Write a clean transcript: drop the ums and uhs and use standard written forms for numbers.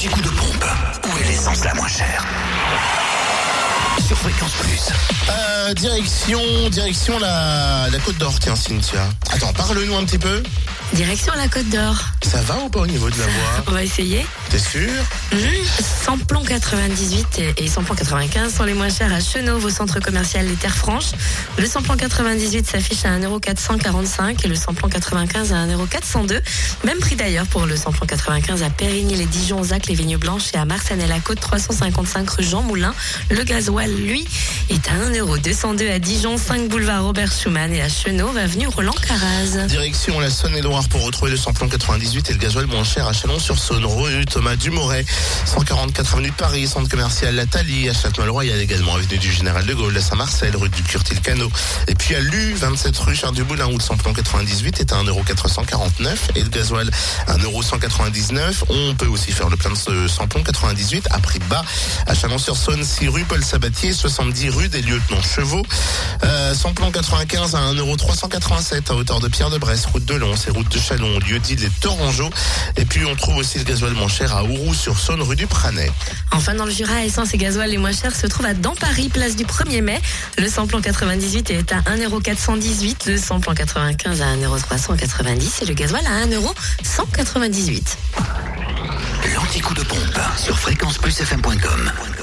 L'anti-coup de pompe. Où est l'essence la moins chère? Sur Fréquence Plus. Direction la Côte d'Or, tiens, Cynthia. Attends, parle-nous un petit peu. Direction la Côte d'Or. Ça va ou pas au niveau de la voix? On va essayer. T'es sûr? Samplon 98 et samplon 95 sont les moins chers à Chenauve, au centre commercial Les Terres Franches. Le samplon 98 s'affiche à 1,445 € et le samplon 95 à 1,402 €. Même prix d'ailleurs pour le samplon 95 à Périgny-les-Dijon, aux Zac, les Vignes Blanches et à Marsanne-la-Côte, 355 rue Jean Moulin. Le gasoil, lui, est à 1,202 € à Dijon, 5 boulevard Robert Schumann, et à Chenauve, avenue Roland Caraz. Direction la Saône-et-Loire pour retrouver le samplon 98 et le gasoil moins cher à Chalon-sur-Saône, rue Thomas Dumoret, 144 avenue de Paris, centre commercial La Thalie, à Châtenois-le-Royal également, avenue du Général de Gaulle, à Saint-Marcel, rue du Curtil-Cano. Et puis à Lue, 27 rue Charles Dumoulin, où le samplon 98 est à 1,449 € et le gasoil 1,199 €. On peut aussi faire le plein de ce samplon 98 à prix bas à Chalon-sur-Saône, 6 rue Paul Sabatier, 70 rue des Lieutenants Chevaux. Samplon 95 à 1,387 € à hauteur de Pierre-de-Bresse, route de Lons et route de Chalon, lieu-dit les Torangeaux. Et puis on trouve aussi le gasoil moins cher à Ouroux-sur-Saône, rue du Pranet. Enfin, dans le Jura, essence et gasoil les moins chers se trouvent à Dans Paris, place du 1er mai. Le samplon 98 est à 1,418 €, le samplon 95 à 1,390 € et le gasoil à 1,198 €. L'anti-coup de pompe sur fréquenceplusfm.com.